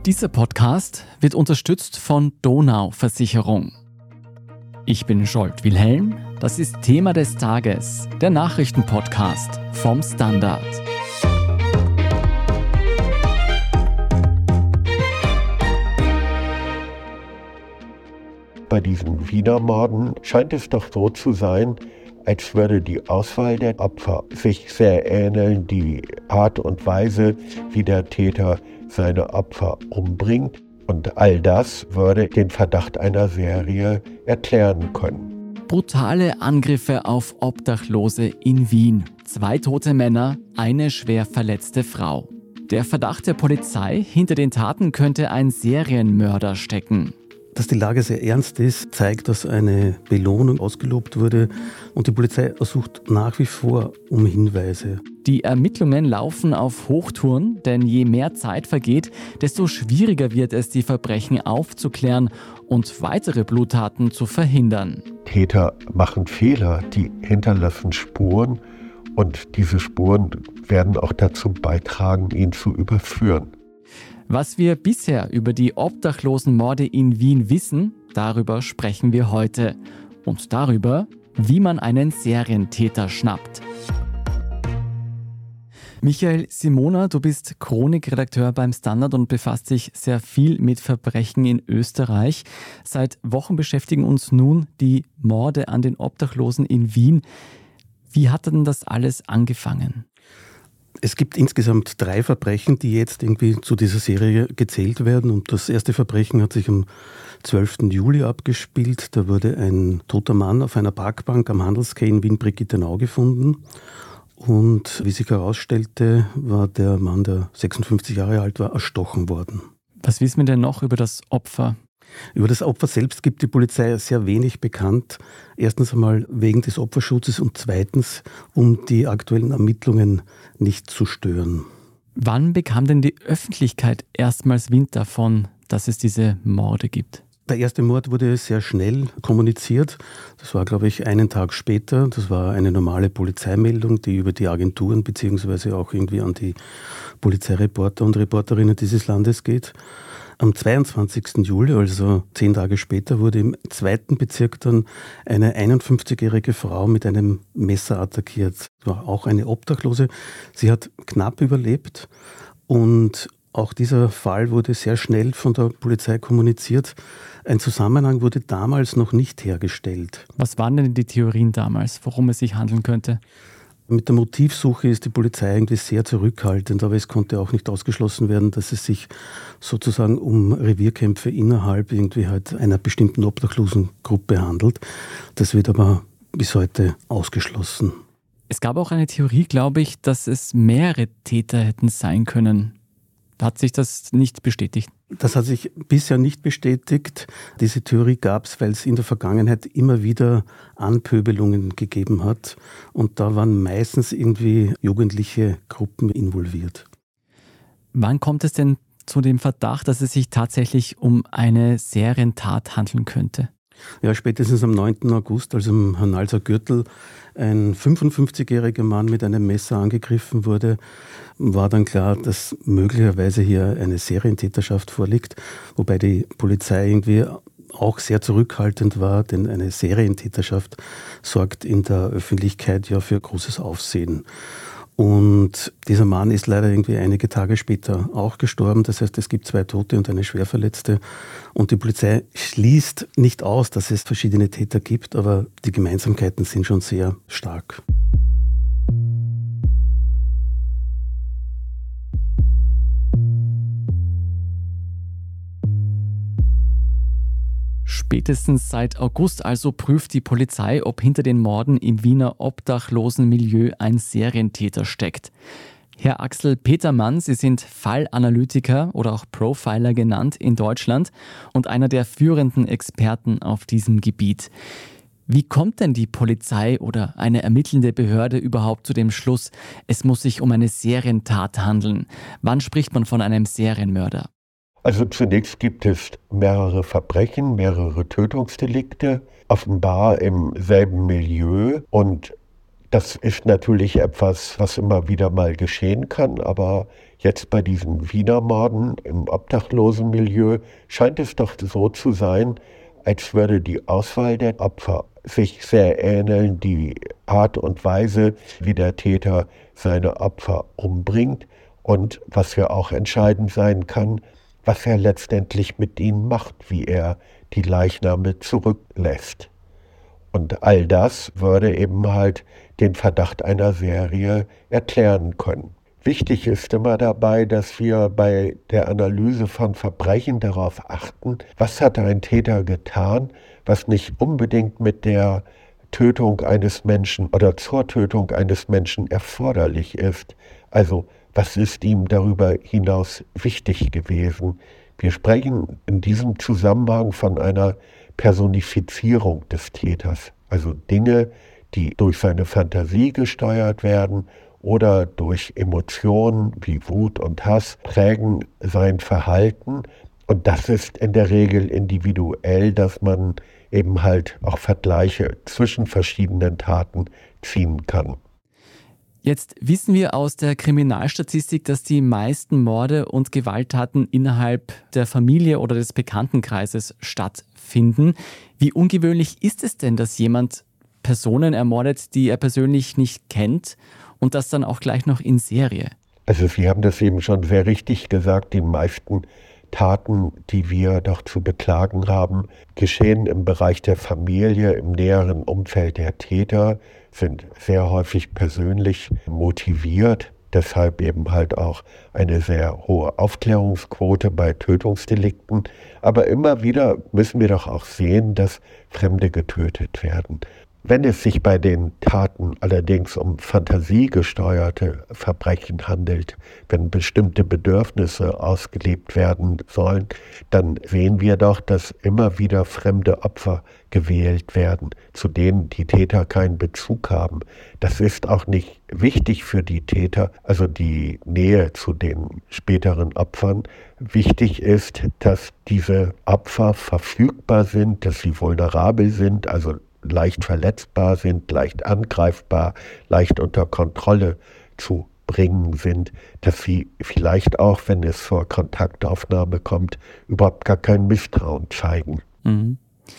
Dieser Podcast wird unterstützt von Donau Versicherung. Ich bin Scholt Wilhelm, das ist Thema des Tages, der Nachrichtenpodcast vom Standard. Bei diesen Wiener Morden scheint es doch so zu sein, als würde die Auswahl der Opfer sich sehr ähneln, die Art und Weise, wie der Täter seine Opfer umbringt. Und all das würde den Verdacht einer Serie erklären können. Brutale Angriffe auf Obdachlose in Wien. 2 tote Männer, eine schwer verletzte Frau. Der Verdacht der Polizei, hinter den Taten könnte ein Serienmörder stecken. Dass die Lage sehr ernst ist, zeigt, dass eine Belohnung ausgelobt wurde und die Polizei ersucht nach wie vor um Hinweise. Die Ermittlungen laufen auf Hochtouren, denn je mehr Zeit vergeht, desto schwieriger wird es, die Verbrechen aufzuklären und weitere Bluttaten zu verhindern. Täter machen Fehler, die hinterlassen Spuren und diese Spuren werden auch dazu beitragen, ihn zu überführen. Was wir bisher über die Obdachlosenmorde in Wien wissen, darüber sprechen wir heute. Und darüber, wie man einen Serientäter schnappt. Michael Simona, du bist Chronikredakteur beim Standard und befasst dich sehr viel mit Verbrechen in Österreich. Seit Wochen beschäftigen uns nun die Morde an den Obdachlosen in Wien. Wie hat denn das alles angefangen? Es gibt insgesamt 3 Verbrechen, die jetzt irgendwie zu dieser Serie gezählt werden. Und das erste Verbrechen hat sich am 12. Juli abgespielt. Da wurde ein toter Mann auf einer Parkbank am Handelsquai in Wien-Brigittenau gefunden. Und wie sich herausstellte, war der Mann, der 56 Jahre alt war, erstochen worden. Was wissen wir denn noch über das Opfer? Über das Opfer selbst gibt die Polizei sehr wenig bekannt. Erstens einmal wegen des Opferschutzes und zweitens, um die aktuellen Ermittlungen nicht zu stören. Wann bekam denn die Öffentlichkeit erstmals Wind davon, dass es diese Morde gibt? Der erste Mord wurde sehr schnell kommuniziert. Das war, glaube ich, einen Tag später. Das war eine normale Polizeimeldung, die über die Agenturen beziehungsweise auch irgendwie an die Polizeireporter und Reporterinnen dieses Landes geht. Am 22. Juli, also 10 Tage später, wurde im 2. Bezirk dann eine 51-jährige Frau mit einem Messer attackiert. Das war auch eine Obdachlose. Sie hat knapp überlebt und auch dieser Fall wurde sehr schnell von der Polizei kommuniziert. Ein Zusammenhang wurde damals noch nicht hergestellt. Was waren denn die Theorien damals, worum es sich handeln könnte? Mit der Motivsuche ist die Polizei eigentlich sehr zurückhaltend, aber es konnte auch nicht ausgeschlossen werden, dass es sich sozusagen um Revierkämpfe innerhalb irgendwie halt einer bestimmten Obdachlosengruppe handelt. Das wird aber bis heute ausgeschlossen. Es gab auch eine Theorie, glaube ich, dass es mehrere Täter hätten sein können. Hat sich das nicht bestätigt? Das hat sich bisher nicht bestätigt. Diese Theorie gab es, weil es in der Vergangenheit immer wieder Anpöbelungen gegeben hat. Und da waren meistens irgendwie jugendliche Gruppen involviert. Wann kommt es denn zu dem Verdacht, dass es sich tatsächlich um eine Serientat handeln könnte? Ja, spätestens am 9. August, als am Hernalser Gürtel ein 55-jähriger Mann mit einem Messer angegriffen wurde, war dann klar, dass möglicherweise hier eine Serientäterschaft vorliegt, wobei die Polizei irgendwie auch sehr zurückhaltend war, denn eine Serientäterschaft sorgt in der Öffentlichkeit ja für großes Aufsehen. Und dieser Mann ist leider irgendwie einige Tage später auch gestorben. Das heißt, es gibt 2 Tote und eine Schwerverletzte. Und die Polizei schließt nicht aus, dass es verschiedene Täter gibt, aber die Gemeinsamkeiten sind schon sehr stark. Spätestens seit August also prüft die Polizei, ob hinter den Morden im Wiener Obdachlosenmilieu ein Serientäter steckt. Herr Axel Petermann, Sie sind Fallanalytiker oder auch Profiler genannt in Deutschland und einer der führenden Experten auf diesem Gebiet. Wie kommt denn die Polizei oder eine ermittelnde Behörde überhaupt zu dem Schluss, es muss sich um eine Serientat handeln? Wann spricht man von einem Serienmörder? Also zunächst gibt es mehrere Verbrechen, mehrere Tötungsdelikte, offenbar im selben Milieu und Das ist natürlich etwas, was immer wieder mal geschehen kann, aber jetzt bei diesen Wiener Morden im Obdachlosenmilieu scheint es doch so zu sein, als würde die Auswahl der Opfer sich sehr ähneln, die Art und Weise, wie der Täter seine Opfer umbringt und was ja auch entscheidend sein kann, was er letztendlich mit ihnen macht, wie er die Leichname zurücklässt. Und all das würde eben halt den Verdacht einer Serie erklären können. Wichtig ist immer dabei, dass wir bei der Analyse von Verbrechen darauf achten, was hat ein Täter getan, was nicht unbedingt mit der Tötung eines Menschen oder zur Tötung eines Menschen erforderlich ist. Also, was ist ihm darüber hinaus wichtig gewesen? Wir sprechen in diesem Zusammenhang von einer Personifizierung des Täters, also Dinge, die durch seine Fantasie gesteuert werden oder durch Emotionen wie Wut und Hass prägen sein Verhalten. Und das ist in der Regel individuell, dass man eben halt auch Vergleiche zwischen verschiedenen Taten ziehen kann. Jetzt wissen wir aus der Kriminalstatistik, dass die meisten Morde und Gewalttaten innerhalb der Familie oder des Bekanntenkreises stattfinden. Wie ungewöhnlich ist es denn, dass jemand Personen ermordet, die er persönlich nicht kennt und das dann auch gleich noch in Serie? Also Sie haben das eben schon sehr richtig gesagt, die meisten Taten, die wir doch zu beklagen haben, geschehen im Bereich der Familie, im näheren Umfeld der Täter, sind sehr häufig persönlich motiviert, deshalb eben halt auch eine sehr hohe Aufklärungsquote bei Tötungsdelikten. Aber immer wieder müssen wir doch auch sehen, dass Fremde getötet werden. Wenn es sich bei den Taten allerdings um fantasiegesteuerte Verbrechen handelt, wenn bestimmte Bedürfnisse ausgelebt werden sollen, dann sehen wir doch, dass immer wieder fremde Opfer gewählt werden, zu denen die Täter keinen Bezug haben. Das ist auch nicht wichtig für die Täter, also die Nähe zu den späteren Opfern. Wichtig ist, dass diese Opfer verfügbar sind, dass sie vulnerabel sind, also leicht verletzbar sind, leicht angreifbar, leicht unter Kontrolle zu bringen sind, dass sie vielleicht auch, wenn es zur Kontaktaufnahme kommt, überhaupt gar kein Misstrauen zeigen. Mhm.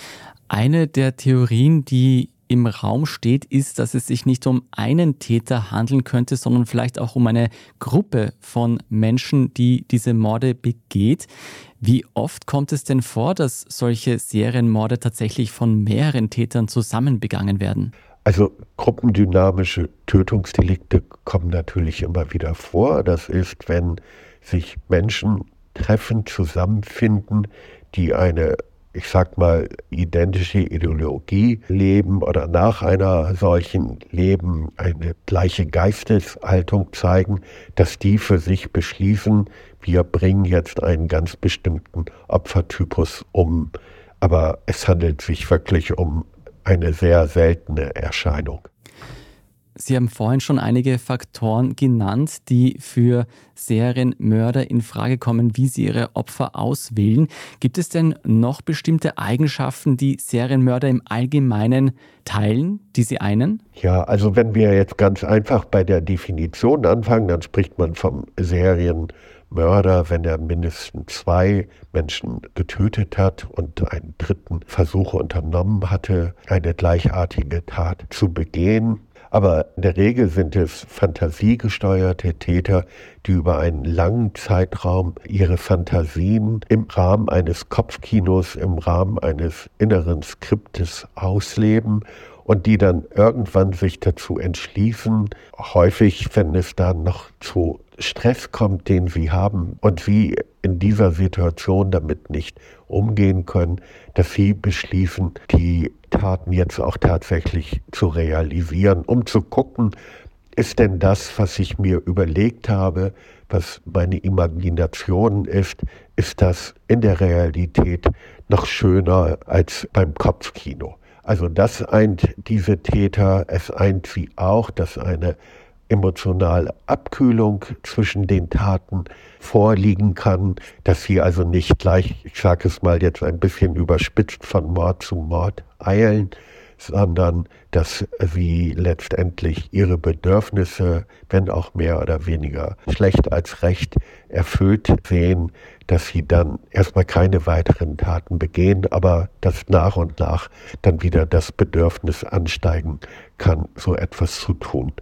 Eine der Theorien, die im Raum steht, ist, dass es sich nicht um einen Täter handeln könnte, sondern vielleicht auch um eine Gruppe von Menschen, die diese Morde begeht. Wie oft kommt es denn vor, dass solche Serienmorde tatsächlich von mehreren Tätern zusammen begangen werden? Also gruppendynamische Tötungsdelikte kommen natürlich immer wieder vor. Das ist, wenn sich Menschen treffen, zusammenfinden, die eine, ich sag mal, identische Ideologie leben oder nach einer solchen Leben eine gleiche Geisteshaltung zeigen, dass die für sich beschließen, wir bringen jetzt einen ganz bestimmten Opfertypus um. Aber es handelt sich wirklich um eine sehr seltene Erscheinung. Sie haben vorhin schon einige Faktoren genannt, die für Serienmörder in Frage kommen, wie sie ihre Opfer auswählen. Gibt es denn noch bestimmte Eigenschaften, die Serienmörder im Allgemeinen teilen, die sie einen? Ja, also wenn wir jetzt ganz einfach bei der Definition anfangen, dann spricht man vom Serienmörder, wenn er mindestens 2 Menschen getötet hat und einen dritten Versuch unternommen hatte, eine gleichartige Tat zu begehen. Aber in der Regel sind es fantasiegesteuerte Täter, die über einen langen Zeitraum ihre Fantasien im Rahmen eines Kopfkinos, im Rahmen eines inneren Skriptes ausleben und die dann irgendwann sich dazu entschließen, häufig, wenn es dann noch zu Stress kommt, den sie haben und sie in dieser Situation damit nicht umgehen können, dass sie beschließen, die Taten jetzt auch tatsächlich zu realisieren, um zu gucken, ist denn das, was ich mir überlegt habe, was meine Imagination ist das in der Realität noch schöner als beim Kopfkino. Also das eint diese Täter, es eint sie auch, dass eine emotionale Abkühlung zwischen den Taten vorliegen kann, dass sie also nicht gleich, ich sage es mal jetzt ein bisschen überspitzt, von Mord zu Mord eilen, sondern dass sie letztendlich ihre Bedürfnisse, wenn auch mehr oder weniger schlecht als recht, erfüllt sehen, dass sie dann erstmal keine weiteren Taten begehen, aber dass nach und nach dann wieder das Bedürfnis ansteigen kann, so etwas zu tun.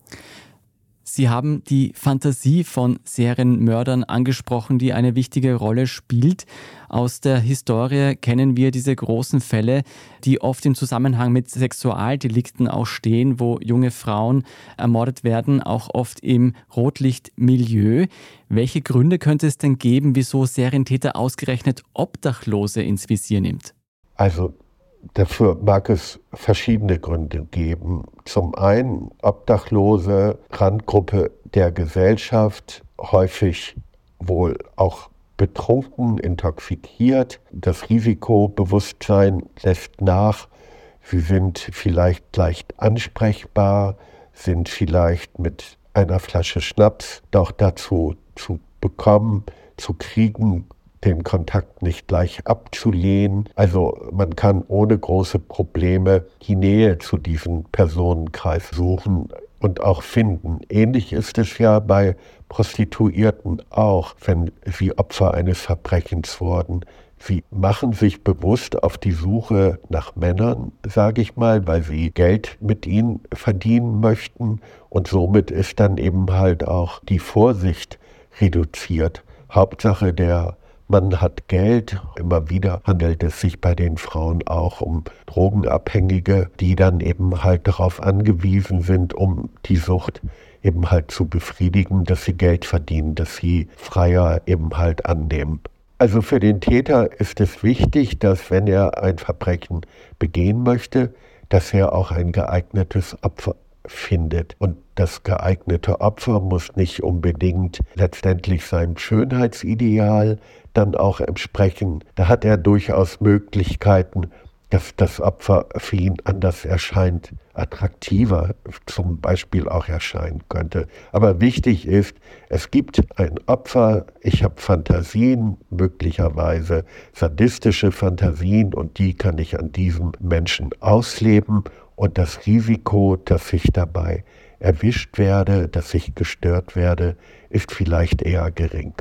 Sie haben die Fantasie von Serienmördern angesprochen, die eine wichtige Rolle spielt. Aus der Historie kennen wir diese großen Fälle, die oft im Zusammenhang mit Sexualdelikten auch stehen, wo junge Frauen ermordet werden, auch oft im Rotlichtmilieu. Welche Gründe könnte es denn geben, wieso Serientäter ausgerechnet Obdachlose ins Visier nimmt? Also dafür mag es verschiedene Gründe geben. Zum einen Obdachlose, Randgruppe der Gesellschaft, häufig wohl auch betrunken, intoxikiert. Das Risikobewusstsein lässt nach. Sie sind vielleicht leicht ansprechbar, sind vielleicht mit einer Flasche Schnaps doch dazu zu bekommen, zu kriegen, den Kontakt nicht gleich abzulehnen. Also man kann ohne große Probleme die Nähe zu diesem Personenkreis suchen und auch finden. Ähnlich ist es ja bei Prostituierten auch, wenn sie Opfer eines Verbrechens wurden. Sie machen sich bewusst auf die Suche nach Männern, sage ich mal, weil sie Geld mit ihnen verdienen möchten. Und somit ist dann eben halt auch die Vorsicht reduziert. Hauptsache der Mann hat Geld. Immer wieder handelt es sich bei den Frauen auch um Drogenabhängige, die dann eben halt darauf angewiesen sind, um die Sucht eben halt zu befriedigen, dass sie Geld verdienen, dass sie Freier eben halt annehmen. Also für den Täter ist es wichtig, dass wenn er ein Verbrechen begehen möchte, dass er auch ein geeignetes Opfer findet. Und das geeignete Opfer muss nicht unbedingt letztendlich seinem Schönheitsideal dann auch entsprechen. Da hat er durchaus Möglichkeiten, dass das Opfer für ihn anders erscheint, attraktiver zum Beispiel auch erscheinen könnte. Aber wichtig ist, es gibt ein Opfer, ich habe Fantasien, möglicherweise sadistische Fantasien, und die kann ich an diesem Menschen ausleben, und das Risiko, dass ich dabei erwischt werde, dass ich gestört werde, ist vielleicht eher gering.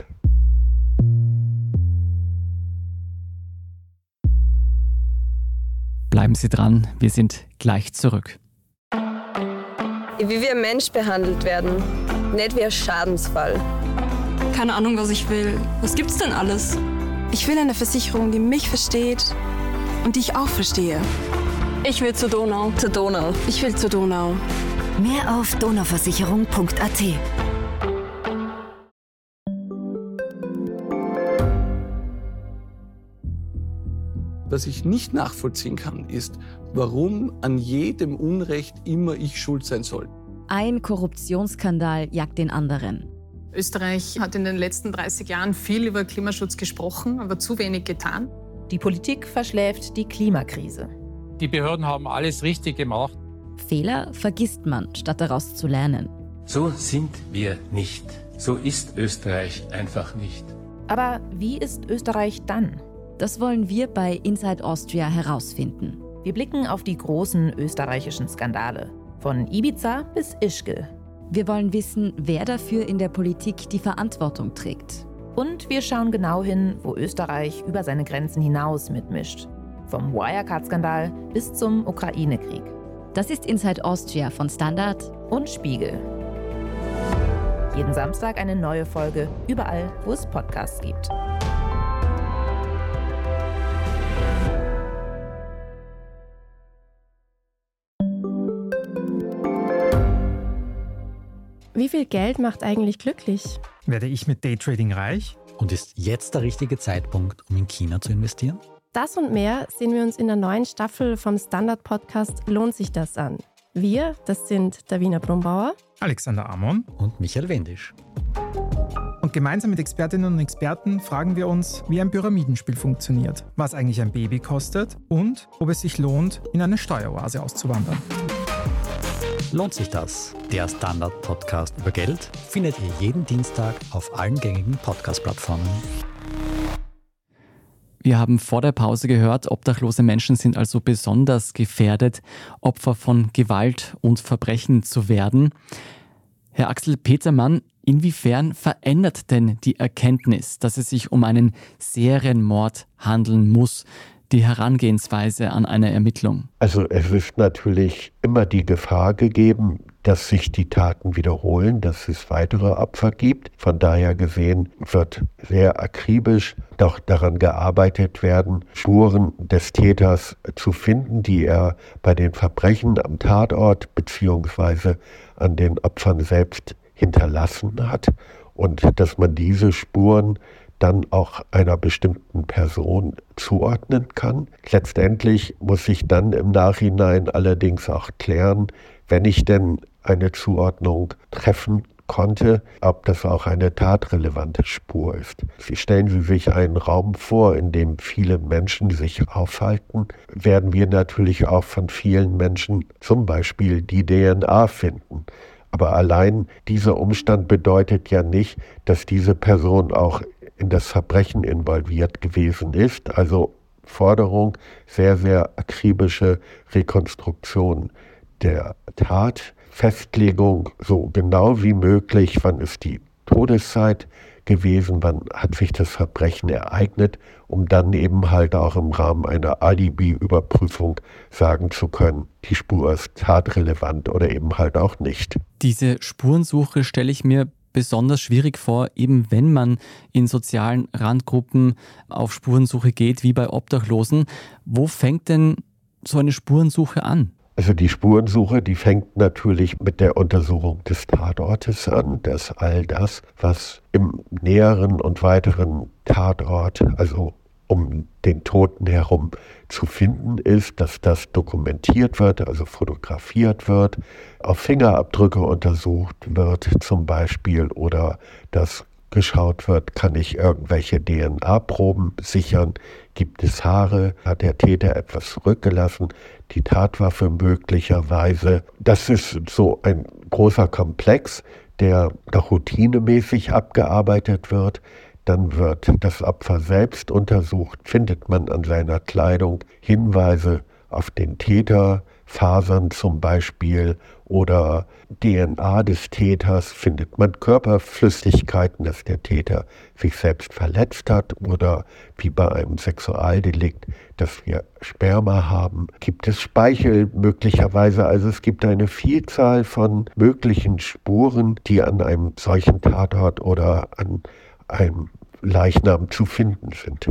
Bleiben Sie dran, wir sind gleich zurück. Wie wir Mensch behandelt werden, nicht wie ein Schadensfall. Keine Ahnung, was ich will. Was gibt's denn alles? Ich will eine Versicherung, die mich versteht und die ich auch verstehe. Ich will zur Donau. Zur Donau. Ich will zur Donau. Mehr auf donauversicherung.at. Was ich nicht nachvollziehen kann, ist, warum an jedem Unrecht immer ich schuld sein soll. Ein Korruptionsskandal jagt den anderen. Österreich hat in den letzten 30 Jahren viel über Klimaschutz gesprochen, aber zu wenig getan. Die Politik verschläft die Klimakrise. Die Behörden haben alles richtig gemacht. Fehler vergisst man, statt daraus zu lernen. So sind wir nicht. So ist Österreich einfach nicht. Aber wie ist Österreich dann? Das wollen wir bei Inside Austria herausfinden. Wir blicken auf die großen österreichischen Skandale. Von Ibiza bis Ischgl. Wir wollen wissen, wer dafür in der Politik die Verantwortung trägt. Und wir schauen genau hin, wo Österreich über seine Grenzen hinaus mitmischt. Vom Wirecard-Skandal bis zum Ukraine-Krieg. Das ist Inside Austria von Standard und Spiegel. Jeden Samstag eine neue Folge, überall, wo es Podcasts gibt. Wie viel Geld macht eigentlich glücklich? Werde ich mit Daytrading reich? Und ist jetzt der richtige Zeitpunkt, um in China zu investieren? Das und mehr sehen wir uns in der neuen Staffel vom Standard-Podcast Lohnt sich das an. Wir, das sind Davina Brumbauer, Alexander Amon und Michael Wendisch. Und gemeinsam mit Expertinnen und Experten fragen wir uns, wie ein Pyramidenspiel funktioniert, was eigentlich ein Baby kostet und ob es sich lohnt, in eine Steueroase auszuwandern. Lohnt sich das? Der Standard-Podcast über Geld findet ihr jeden Dienstag auf allen gängigen Podcast-Plattformen. Wir haben vor der Pause gehört, obdachlose Menschen sind also besonders gefährdet, Opfer von Gewalt und Verbrechen zu werden. Herr Axel Petermann, inwiefern verändert denn die Erkenntnis, dass es sich um einen Serienmord handeln muss, die Herangehensweise an eine Ermittlung? Also es ist natürlich immer die Gefahr gegeben, dass sich die Taten wiederholen, dass es weitere Opfer gibt. Von daher gesehen wird sehr akribisch doch daran gearbeitet werden, Spuren des Täters zu finden, die er bei den Verbrechen am Tatort bzw. an den Opfern selbst hinterlassen hat und dass man diese Spuren dann auch einer bestimmten Person zuordnen kann. Letztendlich muss ich dann im Nachhinein allerdings auch klären, wenn ich denn eine Zuordnung treffen konnte, ob das auch eine tatrelevante Spur ist. Stellen Sie sich einen Raum vor, in dem viele Menschen sich aufhalten, werden wir natürlich auch von vielen Menschen zum Beispiel die DNA finden. Aber allein dieser Umstand bedeutet ja nicht, dass diese Person auch in das Verbrechen involviert gewesen ist. Also Forderung, sehr, sehr akribische Rekonstruktion der Tat, Festlegung so genau wie möglich, wann ist die Todeszeit gewesen, wann hat sich das Verbrechen ereignet, um dann eben halt auch im Rahmen einer Alibi-Überprüfung sagen zu können, die Spur ist tatrelevant oder eben halt auch nicht. Diese Spurensuche stelle ich mir besonders schwierig vor, eben wenn man in sozialen Randgruppen auf Spurensuche geht, wie bei Obdachlosen. Wo fängt denn so eine Spurensuche an? Also die Spurensuche, die fängt natürlich mit der Untersuchung des Tatortes an, dass all das, was im näheren und weiteren Tatort, also um den Toten herum zu finden ist, dass das dokumentiert wird, also fotografiert wird, auf Fingerabdrücke untersucht wird zum Beispiel oder dass geschaut wird, kann ich irgendwelche DNA-Proben sichern, gibt es Haare, hat der Täter etwas zurückgelassen, die Tatwaffe möglicherweise. Das ist so ein großer Komplex, der doch routinemäßig abgearbeitet wird. Dann wird das Opfer selbst untersucht, findet man an seiner Kleidung Hinweise auf den Täter, Fasern zum Beispiel oder DNA des Täters, findet man Körperflüssigkeiten, dass der Täter sich selbst verletzt hat oder wie bei einem Sexualdelikt, dass wir Sperma haben, gibt es Speichel möglicherweise. Also es gibt eine Vielzahl von möglichen Spuren, die an einem solchen Tatort oder an einem Leichnam zu finden sind.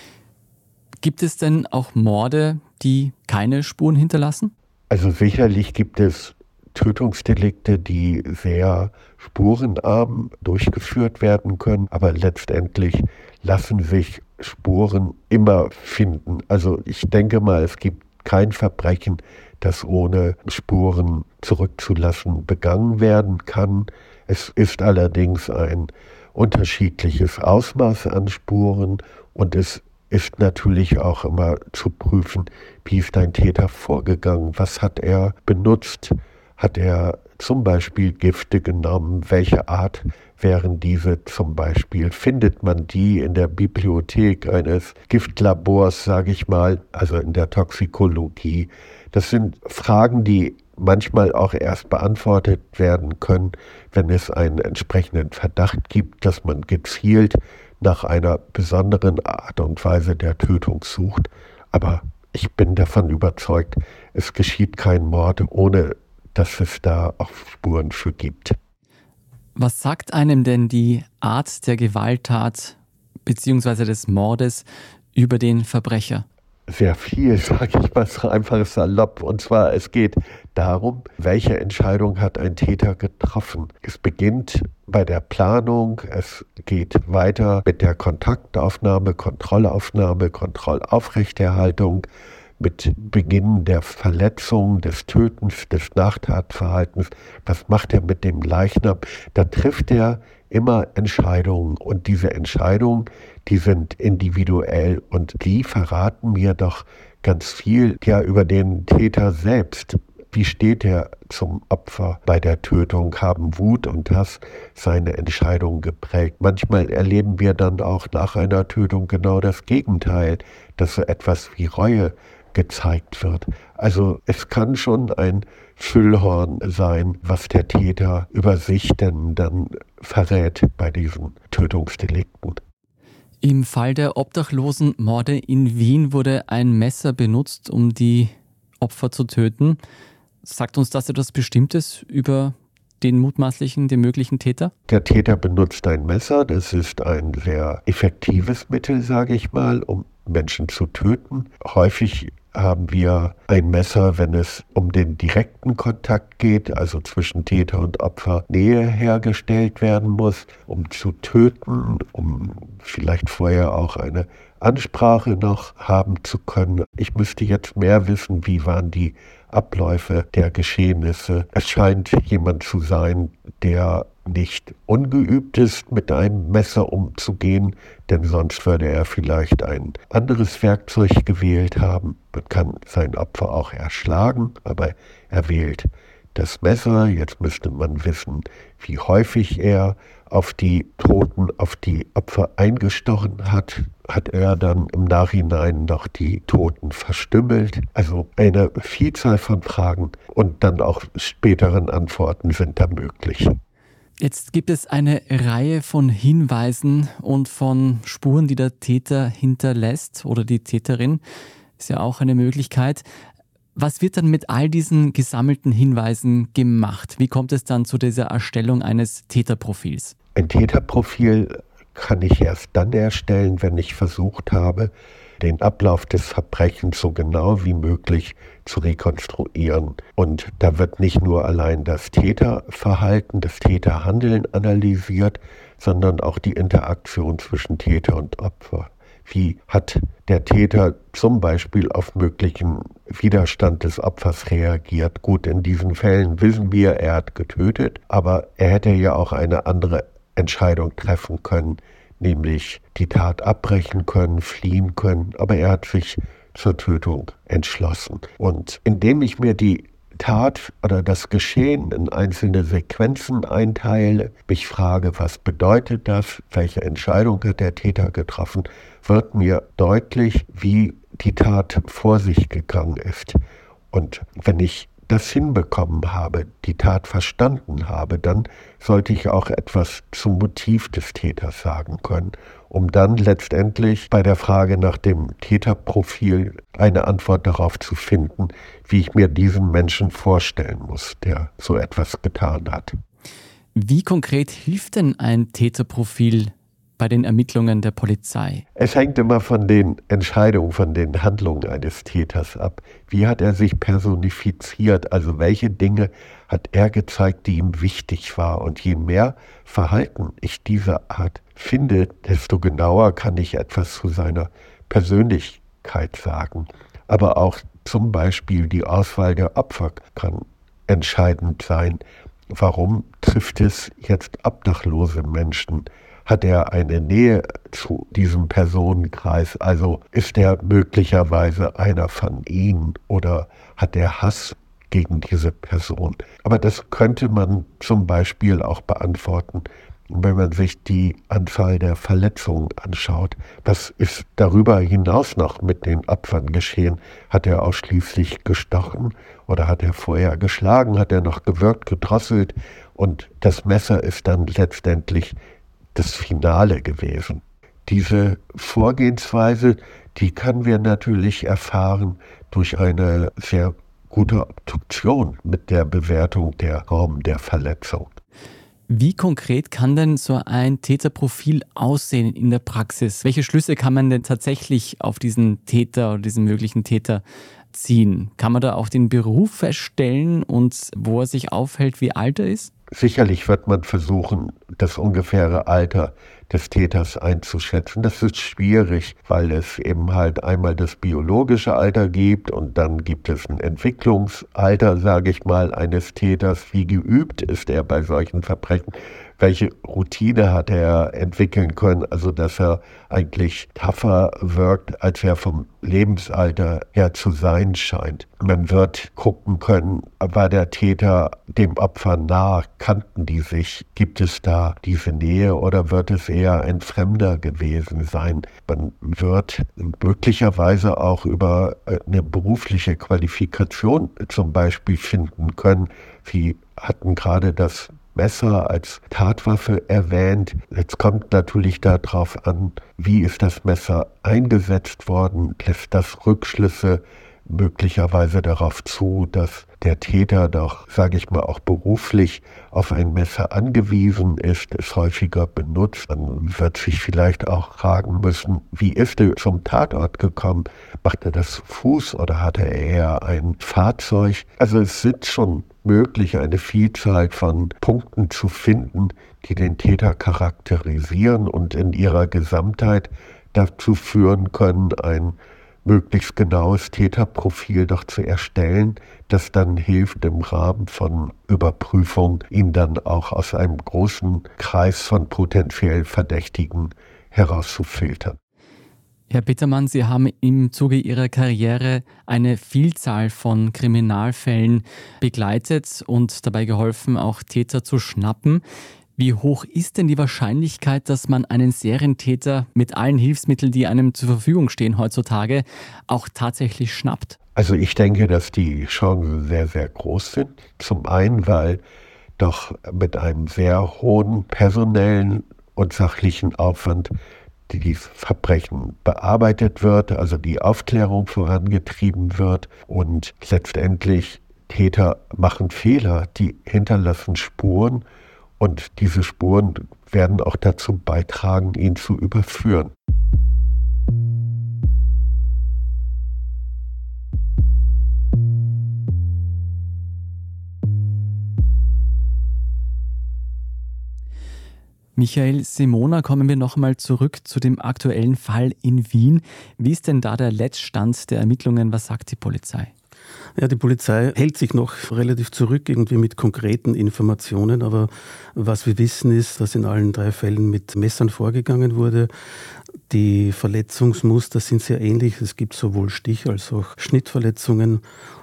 Gibt es denn auch Morde, die keine Spuren hinterlassen? Also sicherlich gibt es Tötungsdelikte, die sehr spurenarm durchgeführt werden können, aber letztendlich lassen sich Spuren immer finden. Also ich denke mal, es gibt kein Verbrechen, das ohne Spuren zurückzulassen begangen werden kann. Es ist allerdings ein unterschiedliches Ausmaß an Spuren und es ist natürlich auch immer zu prüfen, wie ist ein Täter vorgegangen, was hat er benutzt, hat er zum Beispiel Gifte genommen, welche Art wären diese zum Beispiel, findet man die in der Bibliothek eines Giftlabors, sage ich mal, also in der Toxikologie. Das sind Fragen, die manchmal auch erst beantwortet werden können, wenn es einen entsprechenden Verdacht gibt, dass man gezielt nach einer besonderen Art und Weise der Tötung sucht. Aber ich bin davon überzeugt, es geschieht kein Mord, ohne dass es da auch Spuren für gibt. Was sagt einem denn die Art der Gewalttat bzw. des Mordes über den Verbrecher? Sehr viel, sage ich mal so einfach salopp. Und zwar, es geht darum, welche Entscheidung hat ein Täter getroffen. Es beginnt bei der Planung, es geht weiter mit der Kontaktaufnahme, Kontrollaufrechterhaltung, mit Beginn der Verletzung, des Tötens, des Nachtatverhaltens. Was macht er mit dem Leichnam? Da trifft er immer Entscheidungen und diese Entscheidungen, die sind individuell und die verraten mir doch ganz viel ja über den Täter selbst. Wie steht er zum Opfer bei der Tötung? Haben Wut und Hass seine Entscheidung geprägt? Manchmal erleben wir dann auch nach einer Tötung genau das Gegenteil, dass so etwas wie Reue gezeigt wird. Also es kann schon ein Füllhorn sein, was der Täter über sich denn dann verrät bei diesen Tötungsdelikten. Im Fall der Obdachlosenmorde in Wien wurde ein Messer benutzt, um die Opfer zu töten. Sagt uns das etwas Bestimmtes über den möglichen Täter? Der Täter benutzt ein Messer. Das ist ein sehr effektives Mittel, sage ich mal, um Menschen zu töten. Häufig haben wir ein Messer, wenn es um den direkten Kontakt geht, also zwischen Täter und Opfer Nähe hergestellt werden muss, um zu töten, um vielleicht vorher auch eine Ansprache noch haben zu können. Ich müsste jetzt mehr wissen, wie waren die Abläufe der Geschehnisse. Es scheint jemand zu sein, der nicht ungeübt ist, mit einem Messer umzugehen, denn sonst würde er vielleicht ein anderes Werkzeug gewählt haben. Man kann sein Opfer auch erschlagen, aber er wählt das Messer. Jetzt müsste man wissen, wie häufig er auf die Toten, auf die Opfer eingestochen hat. Hat er dann im Nachhinein noch die Toten verstümmelt? Also eine Vielzahl von Fragen und dann auch späteren Antworten sind da möglich. Jetzt gibt es eine Reihe von Hinweisen und von Spuren, die der Täter hinterlässt oder die Täterin. Ist ja auch eine Möglichkeit. Was wird dann mit all diesen gesammelten Hinweisen gemacht? Wie kommt es dann zu dieser Erstellung eines Täterprofils? Ein Täterprofil kann ich erst dann erstellen, wenn ich versucht habe, den Ablauf des Verbrechens so genau wie möglich zu rekonstruieren. Und da wird nicht nur allein das Täterverhalten, das Täterhandeln analysiert, sondern auch die Interaktion zwischen Täter und Opfer. Wie hat der Täter zum Beispiel auf möglichen Widerstand des Opfers reagiert? Gut, in diesen Fällen wissen wir, er hat getötet, aber er hätte ja auch eine andere Entscheidung treffen können, nämlich die Tat abbrechen können, fliehen können, aber er hat sich zur Tötung entschlossen. Und indem ich mir die Tat oder das Geschehen in einzelne Sequenzen einteile, mich frage, was bedeutet das, welche Entscheidung hat der Täter getroffen, wird mir deutlich, wie die Tat vor sich gegangen ist. Und wenn ich das hinbekommen habe, die Tat verstanden habe, dann sollte ich auch etwas zum Motiv des Täters sagen können, um dann letztendlich bei der Frage nach dem Täterprofil eine Antwort darauf zu finden, wie ich mir diesen Menschen vorstellen muss, der so etwas getan hat. Wie konkret hilft denn ein Täterprofil bei den Ermittlungen der Polizei? Es hängt immer von den Entscheidungen, von den Handlungen eines Täters ab. Wie hat er sich personifiziert? Also welche Dinge hat er gezeigt, die ihm wichtig war? Und je mehr Verhalten ich dieser Art finde, desto genauer kann ich etwas zu seiner Persönlichkeit sagen. Aber auch zum Beispiel die Auswahl der Opfer kann entscheidend sein. Warum trifft es jetzt obdachlose Menschen? Hat er eine Nähe zu diesem Personenkreis? Also ist er möglicherweise einer von ihnen oder hat er Hass gegen diese Person? Aber das könnte man zum Beispiel auch beantworten, wenn man sich die Anzahl der Verletzungen anschaut. Was ist darüber hinaus noch mit den Opfern geschehen? Hat er ausschließlich gestochen oder hat er vorher geschlagen? Hat er noch gewürgt, gedrosselt? Und das Messer ist dann letztendlich das Finale gewesen. Diese Vorgehensweise, die können wir natürlich erfahren durch eine sehr gute Obduktion mit der Bewertung der Form der Verletzung. Wie konkret kann denn so ein Täterprofil aussehen in der Praxis? Welche Schlüsse kann man denn tatsächlich auf diesen Täter oder diesen möglichen Täter ziehen? Kann man da auch den Beruf feststellen und wo er sich aufhält, wie alt er ist? Sicherlich wird man versuchen, das ungefähre Alter des Täters einzuschätzen. Das ist schwierig, weil es eben halt einmal das biologische Alter gibt und dann gibt es ein Entwicklungsalter, sage ich mal, eines Täters. Wie geübt ist er bei solchen Verbrechen? Welche Routine hat er entwickeln können, also dass er eigentlich tougher wirkt, als er vom Lebensalter her zu sein scheint. Man wird gucken können, war der Täter dem Opfer nah, kannten die sich, gibt es da diese Nähe oder wird es eher ein Fremder gewesen sein? Man wird möglicherweise auch über eine berufliche Qualifikation zum Beispiel finden können. Sie hatten gerade das Messer als Tatwaffe erwähnt. Jetzt kommt natürlich darauf an, wie ist das Messer eingesetzt worden, lässt das Rückschlüsse möglicherweise darauf zu, dass der Täter doch, sage ich mal, auch beruflich auf ein Messer angewiesen ist, es häufiger benutzt. Man wird sich vielleicht auch fragen müssen, wie ist er zum Tatort gekommen? Macht er das zu Fuß oder hatte er eher ein Fahrzeug? Also es sind schon möglich, eine Vielzahl von Punkten zu finden, die den Täter charakterisieren und in ihrer Gesamtheit dazu führen können, ein möglichst genaues Täterprofil doch zu erstellen, das dann hilft, im Rahmen von Überprüfung ihn dann auch aus einem großen Kreis von potenziell Verdächtigen herauszufiltern. Herr Petermann, Sie haben im Zuge Ihrer Karriere eine Vielzahl von Kriminalfällen begleitet und dabei geholfen, auch Täter zu schnappen. Wie hoch ist denn die Wahrscheinlichkeit, dass man einen Serientäter mit allen Hilfsmitteln, die einem zur Verfügung stehen heutzutage, auch tatsächlich schnappt? Also ich denke, dass die Chancen sehr, sehr groß sind. Zum einen, weil doch mit einem sehr hohen personellen und sachlichen Aufwand die Verbrechen bearbeitet wird, also die Aufklärung vorangetrieben wird und letztendlich Täter machen Fehler, die hinterlassen Spuren und diese Spuren werden auch dazu beitragen, ihn zu überführen. Michael Simona, kommen wir noch einmal zurück zu dem aktuellen Fall in Wien. Wie ist denn da der Letztstand der Ermittlungen? Was sagt die Polizei? Ja, die Polizei hält sich noch relativ zurück irgendwie mit konkreten Informationen, aber was wir wissen ist, dass in allen 3 Fällen mit Messern vorgegangen wurde. Die Verletzungsmuster sind sehr ähnlich. Es gibt sowohl Stich- als auch Schnittverletzungen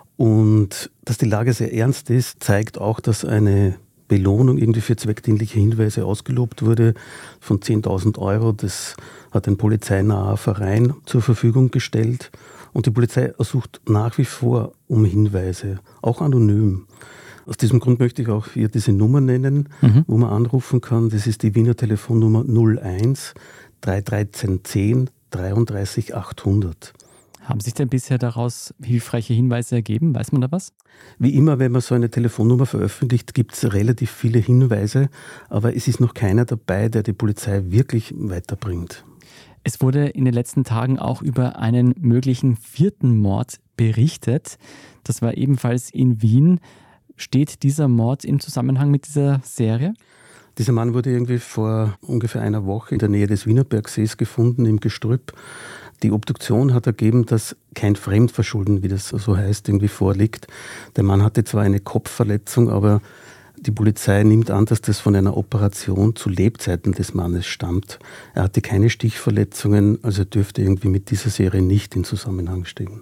und dass die Lage sehr ernst ist, zeigt auch, dass eine Belohnung irgendwie für zweckdienliche Hinweise ausgelobt wurde von 10.000 €. Das hat ein polizeinaher Verein zur Verfügung gestellt. Und die Polizei ersucht nach wie vor um Hinweise, auch anonym. Aus diesem Grund möchte ich auch hier diese Nummer nennen, wo man anrufen kann. Das ist die Wiener Telefonnummer 01 313 10 33 800. Haben sich denn bisher daraus hilfreiche Hinweise ergeben? Weiß man da was? Wie immer, wenn man so eine Telefonnummer veröffentlicht, gibt es relativ viele Hinweise, aber es ist noch keiner dabei, der die Polizei wirklich weiterbringt. Es wurde in den letzten Tagen auch über einen möglichen 4. Mord berichtet. Das war ebenfalls in Wien. Steht dieser Mord im Zusammenhang mit dieser Serie? Dieser Mann wurde irgendwie vor ungefähr einer Woche in der Nähe des Wienerbergsees gefunden, im Gestrüpp. Die Obduktion hat ergeben, dass kein Fremdverschulden, wie das so heißt, irgendwie vorliegt. Der Mann hatte zwar eine Kopfverletzung, aber die Polizei nimmt an, dass das von einer Operation zu Lebzeiten des Mannes stammt. Er hatte keine Stichverletzungen, also dürfte irgendwie mit dieser Serie nicht in Zusammenhang stehen.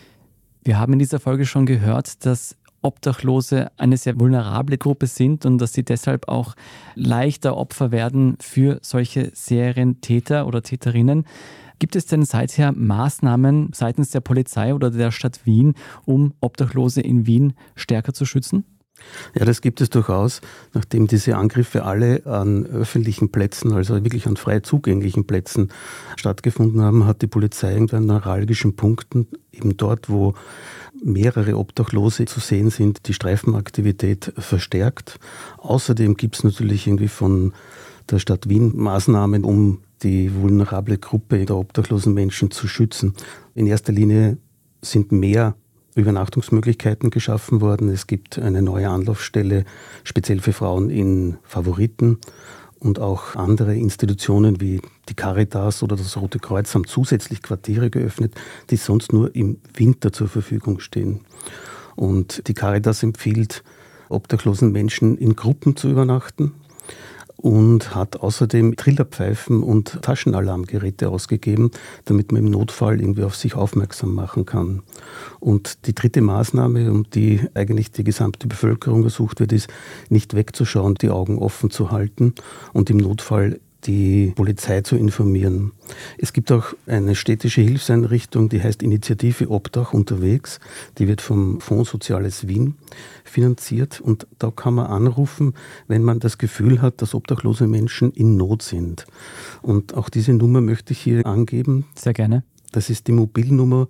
Wir haben in dieser Folge schon gehört, dass Obdachlose eine sehr vulnerable Gruppe sind und dass sie deshalb auch leichter Opfer werden für solche Serientäter oder Täterinnen. Gibt es denn seither Maßnahmen seitens der Polizei oder der Stadt Wien, um Obdachlose in Wien stärker zu schützen? Ja, das gibt es durchaus. Nachdem diese Angriffe alle an öffentlichen Plätzen, also wirklich an frei zugänglichen Plätzen stattgefunden haben, hat die Polizei irgendwann an neuralgischen Punkten, eben dort, wo mehrere Obdachlose zu sehen sind, die Streifenaktivität verstärkt. Außerdem gibt es natürlich irgendwie von der Stadt Wien Maßnahmen, um die vulnerable Gruppe der obdachlosen Menschen zu schützen. In erster Linie sind mehr Übernachtungsmöglichkeiten geschaffen worden. Es gibt eine neue Anlaufstelle, speziell für Frauen in Favoriten. Und auch andere Institutionen wie die Caritas oder das Rote Kreuz haben zusätzlich Quartiere geöffnet, die sonst nur im Winter zur Verfügung stehen. Und die Caritas empfiehlt, obdachlosen Menschen in Gruppen zu übernachten und hat außerdem Trillerpfeifen und Taschenalarmgeräte ausgegeben, damit man im Notfall irgendwie auf sich aufmerksam machen kann. Und die dritte Maßnahme, um die eigentlich die gesamte Bevölkerung ersucht wird, ist, nicht wegzuschauen, die Augen offen zu halten und im Notfall die Polizei zu informieren. Es gibt auch eine städtische Hilfseinrichtung, die heißt Initiative Obdach unterwegs. Die wird vom Fonds Soziales Wien finanziert und da kann man anrufen, wenn man das Gefühl hat, dass obdachlose Menschen in Not sind. Und auch diese Nummer möchte ich hier angeben. Sehr gerne. Das ist die Mobilnummer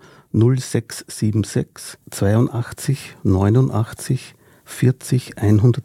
0676 82 89 40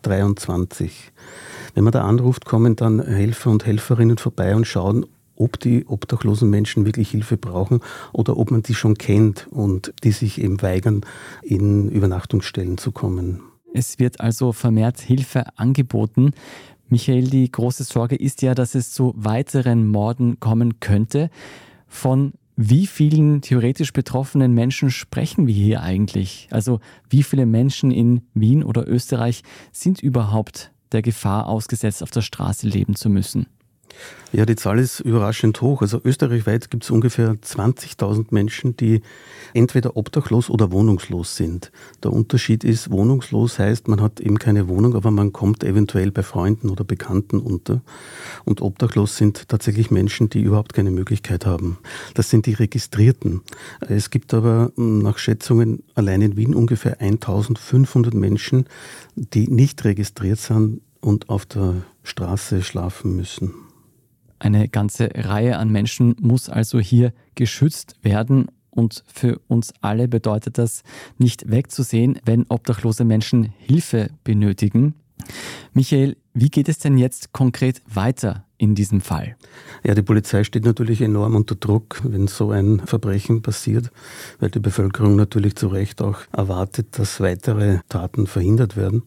123. Wenn man da anruft, kommen dann Helfer und Helferinnen vorbei und schauen, ob die obdachlosen Menschen wirklich Hilfe brauchen oder ob man die schon kennt und die sich eben weigern, in Übernachtungsstellen zu kommen. Es wird also vermehrt Hilfe angeboten. Michael, die große Sorge ist ja, dass es zu weiteren Morden kommen könnte. Von wie vielen theoretisch betroffenen Menschen sprechen wir hier eigentlich? Also wie viele Menschen in Wien oder Österreich sind überhaupt der Gefahr ausgesetzt, auf der Straße leben zu müssen? Ja, die Zahl ist überraschend hoch. Also österreichweit gibt es ungefähr 20.000 Menschen, die entweder obdachlos oder wohnungslos sind. Der Unterschied ist, wohnungslos heißt, man hat eben keine Wohnung, aber man kommt eventuell bei Freunden oder Bekannten unter. Und obdachlos sind tatsächlich Menschen, die überhaupt keine Möglichkeit haben. Das sind die Registrierten. Es gibt aber nach Schätzungen allein in Wien ungefähr 1.500 Menschen, die nicht registriert sind und auf der Straße schlafen müssen. Eine ganze Reihe an Menschen muss also hier geschützt werden. Und für uns alle bedeutet das, nicht wegzusehen, wenn obdachlose Menschen Hilfe benötigen. Michael, wie geht es denn jetzt konkret weiter in diesem Fall? Ja, die Polizei steht natürlich enorm unter Druck, wenn so ein Verbrechen passiert, weil die Bevölkerung natürlich zu Recht auch erwartet, dass weitere Taten verhindert werden.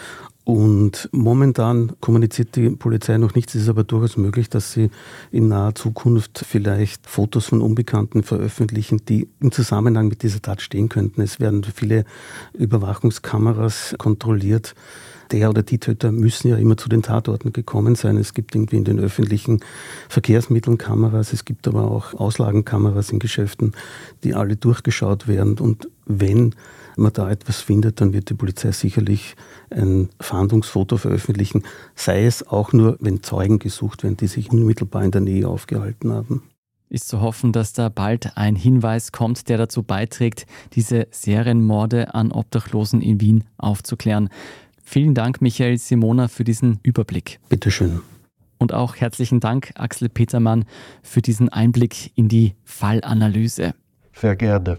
Und momentan kommuniziert die Polizei noch nichts. Es ist aber durchaus möglich, dass sie in naher Zukunft vielleicht Fotos von Unbekannten veröffentlichen, die im Zusammenhang mit dieser Tat stehen könnten. Es werden viele Überwachungskameras kontrolliert. Der oder die Täter müssen ja immer zu den Tatorten gekommen sein. Es gibt irgendwie in den öffentlichen Verkehrsmitteln Kameras. Es gibt aber auch Auslagenkameras in Geschäften, die alle durchgeschaut werden. Und wenn man da etwas findet, dann wird die Polizei sicherlich ein Fahndungsfoto veröffentlichen, sei es auch nur, wenn Zeugen gesucht werden, die sich unmittelbar in der Nähe aufgehalten haben. Ist zu hoffen, dass da bald ein Hinweis kommt, der dazu beiträgt, diese Serienmorde an Obdachlosen in Wien aufzuklären. Vielen Dank, Michael Simona, für diesen Überblick. Bitteschön. Und auch herzlichen Dank, Axel Petermann, für diesen Einblick in die Fallanalyse. Sehr gerne.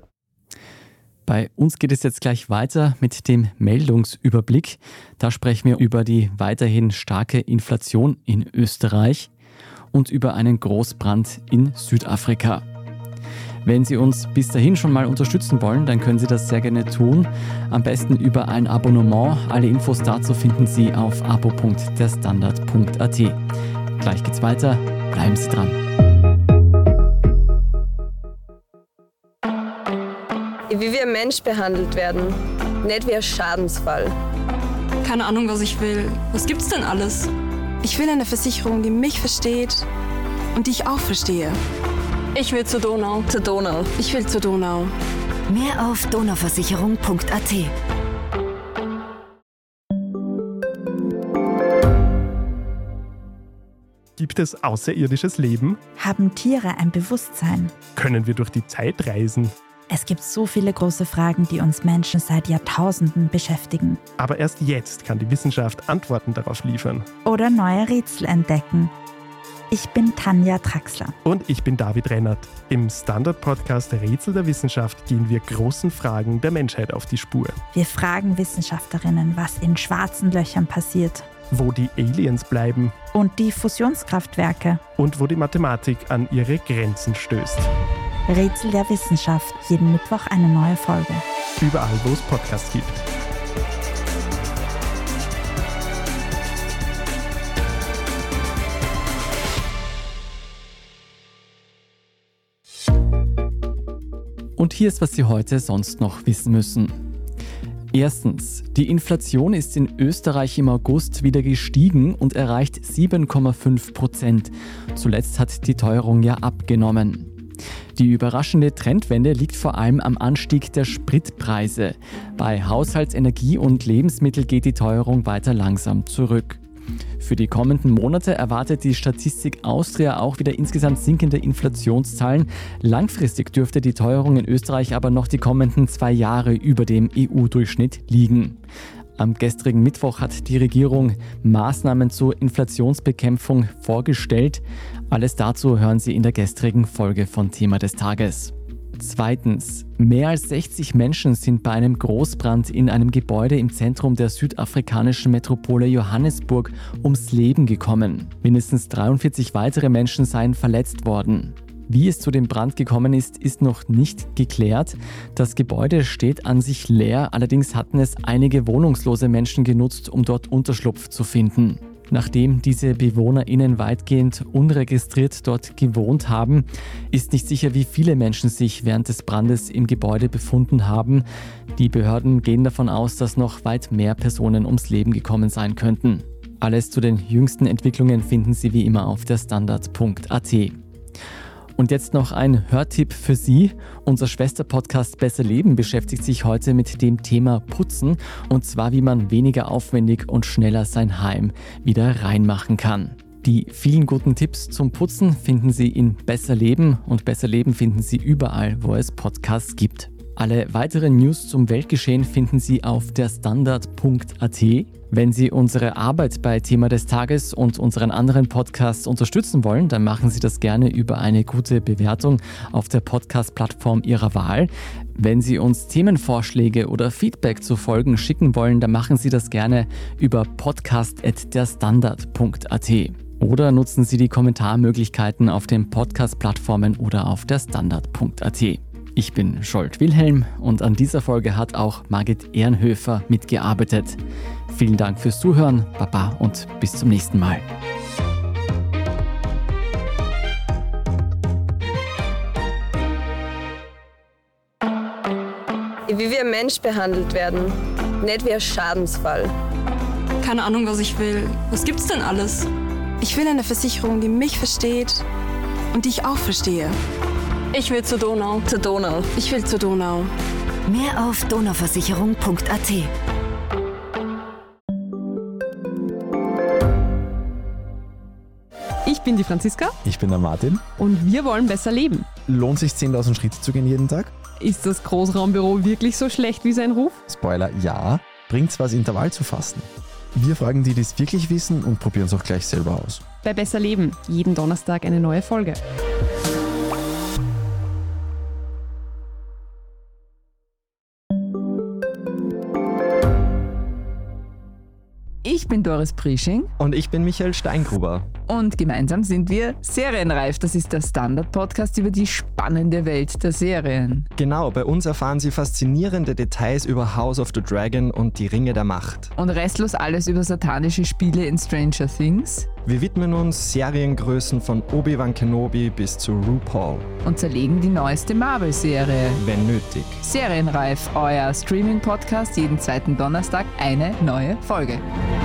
Bei uns geht es jetzt gleich weiter mit dem Meldungsüberblick. Da sprechen wir über die weiterhin starke Inflation in Österreich und über einen Großbrand in Südafrika. Wenn Sie uns bis dahin schon mal unterstützen wollen, dann können Sie das sehr gerne tun. Am besten über ein Abonnement. Alle Infos dazu finden Sie auf abo.derstandard.at. Gleich geht's weiter. Bleiben Sie dran. Wie wir Mensch behandelt werden, nicht wie ein Schadensfall. Keine Ahnung, was ich will. Was gibt's denn alles? Ich will eine Versicherung, die mich versteht und die ich auch verstehe. Ich will zur Donau. Zur Donau. Ich will zur Donau. Mehr auf donauversicherung.at. Gibt es außerirdisches Leben? Haben Tiere ein Bewusstsein? Können wir durch die Zeit reisen? Es gibt so viele große Fragen, die uns Menschen seit Jahrtausenden beschäftigen. Aber erst jetzt kann die Wissenschaft Antworten darauf liefern. Oder neue Rätsel entdecken. Ich bin Tanja Traxler. Und ich bin David Rennert. Im Standard-Podcast Rätsel der Wissenschaft gehen wir großen Fragen der Menschheit auf die Spur. Wir fragen Wissenschaftlerinnen, was in schwarzen Löchern passiert. Wo die Aliens bleiben. Und die Fusionskraftwerke. Und wo die Mathematik an ihre Grenzen stößt. Rätsel der Wissenschaft. Jeden Mittwoch eine neue Folge. Überall, wo es Podcasts gibt. Und hier ist, was Sie heute sonst noch wissen müssen. Erstens, die Inflation ist in Österreich im August wieder gestiegen und erreicht 7,5%. Zuletzt hat die Teuerung ja abgenommen. Die überraschende Trendwende liegt vor allem am Anstieg der Spritpreise. Bei Haushaltsenergie und Lebensmittel geht die Teuerung weiter langsam zurück. Für die kommenden Monate erwartet die Statistik Austria auch wieder insgesamt sinkende Inflationszahlen. Langfristig dürfte die Teuerung in Österreich aber noch die kommenden 2 Jahre über dem EU-Durchschnitt liegen. Am gestrigen Mittwoch hat die Regierung Maßnahmen zur Inflationsbekämpfung vorgestellt. Alles dazu hören Sie in der gestrigen Folge von Thema des Tages. Zweitens, mehr als 60 Menschen sind bei einem Großbrand in einem Gebäude im Zentrum der südafrikanischen Metropole Johannesburg ums Leben gekommen. Mindestens 43 weitere Menschen seien verletzt worden. Wie es zu dem Brand gekommen ist, ist noch nicht geklärt. Das Gebäude steht an sich leer, allerdings hatten es einige wohnungslose Menschen genutzt, um dort Unterschlupf zu finden. Nachdem diese BewohnerInnen weitgehend unregistriert dort gewohnt haben, ist nicht sicher, wie viele Menschen sich während des Brandes im Gebäude befunden haben. Die Behörden gehen davon aus, dass noch weit mehr Personen ums Leben gekommen sein könnten. Alles zu den jüngsten Entwicklungen finden Sie wie immer auf der Standard.at. Und jetzt noch ein Hörtipp für Sie. Unser Schwesterpodcast Besser Leben beschäftigt sich heute mit dem Thema Putzen, und zwar wie man weniger aufwendig und schneller sein Heim wieder reinmachen kann. Die vielen guten Tipps zum Putzen finden Sie in Besser Leben, und Besser Leben finden Sie überall, wo es Podcasts gibt. Alle weiteren News zum Weltgeschehen finden Sie auf der Standard.at. Wenn Sie unsere Arbeit bei Thema des Tages und unseren anderen Podcasts unterstützen wollen, dann machen Sie das gerne über eine gute Bewertung auf der Podcast-Plattform Ihrer Wahl. Wenn Sie uns Themenvorschläge oder Feedback zu Folgen schicken wollen, dann machen Sie das gerne über podcast@derstandard.at. Oder nutzen Sie die Kommentarmöglichkeiten auf den Podcast-Plattformen oder auf der Standard.at. Ich bin Scholt Wilhelm und an dieser Folge hat auch Margit Ehrenhöfer mitgearbeitet. Vielen Dank fürs Zuhören, Baba und bis zum nächsten Mal. Wie wir Mensch behandelt werden, nicht wie ein Schadensfall. Keine Ahnung, was ich will. Was gibt's denn alles? Ich will eine Versicherung, die mich versteht und die ich auch verstehe. Ich will zur Donau. Zur Donau. Ich will zur Donau. Mehr auf donauversicherung.at. Ich bin die Franziska. Ich bin der Martin. Und wir wollen besser leben. Lohnt sich 10.000 Schritte zu gehen jeden Tag? Ist das Großraumbüro wirklich so schlecht wie sein Ruf? Spoiler, ja. Bringt's was, Intervall zu fassen? Wir fragen die, die es wirklich wissen, und probieren es auch gleich selber aus. Bei Besser Leben. Jeden Donnerstag eine neue Folge. Ich bin Doris Priesching. Und ich bin Michael Steingruber. Und gemeinsam sind wir Serienreif. Das ist der Standard-Podcast über die spannende Welt der Serien. Genau, bei uns erfahren Sie faszinierende Details über House of the Dragon und die Ringe der Macht. Und restlos alles über satanische Spiele in Stranger Things. Wir widmen uns Seriengrößen von Obi-Wan Kenobi bis zu RuPaul. Und zerlegen die neueste Marvel-Serie. Wenn nötig. Serienreif, euer Streaming-Podcast, jeden zweiten Donnerstag eine neue Folge.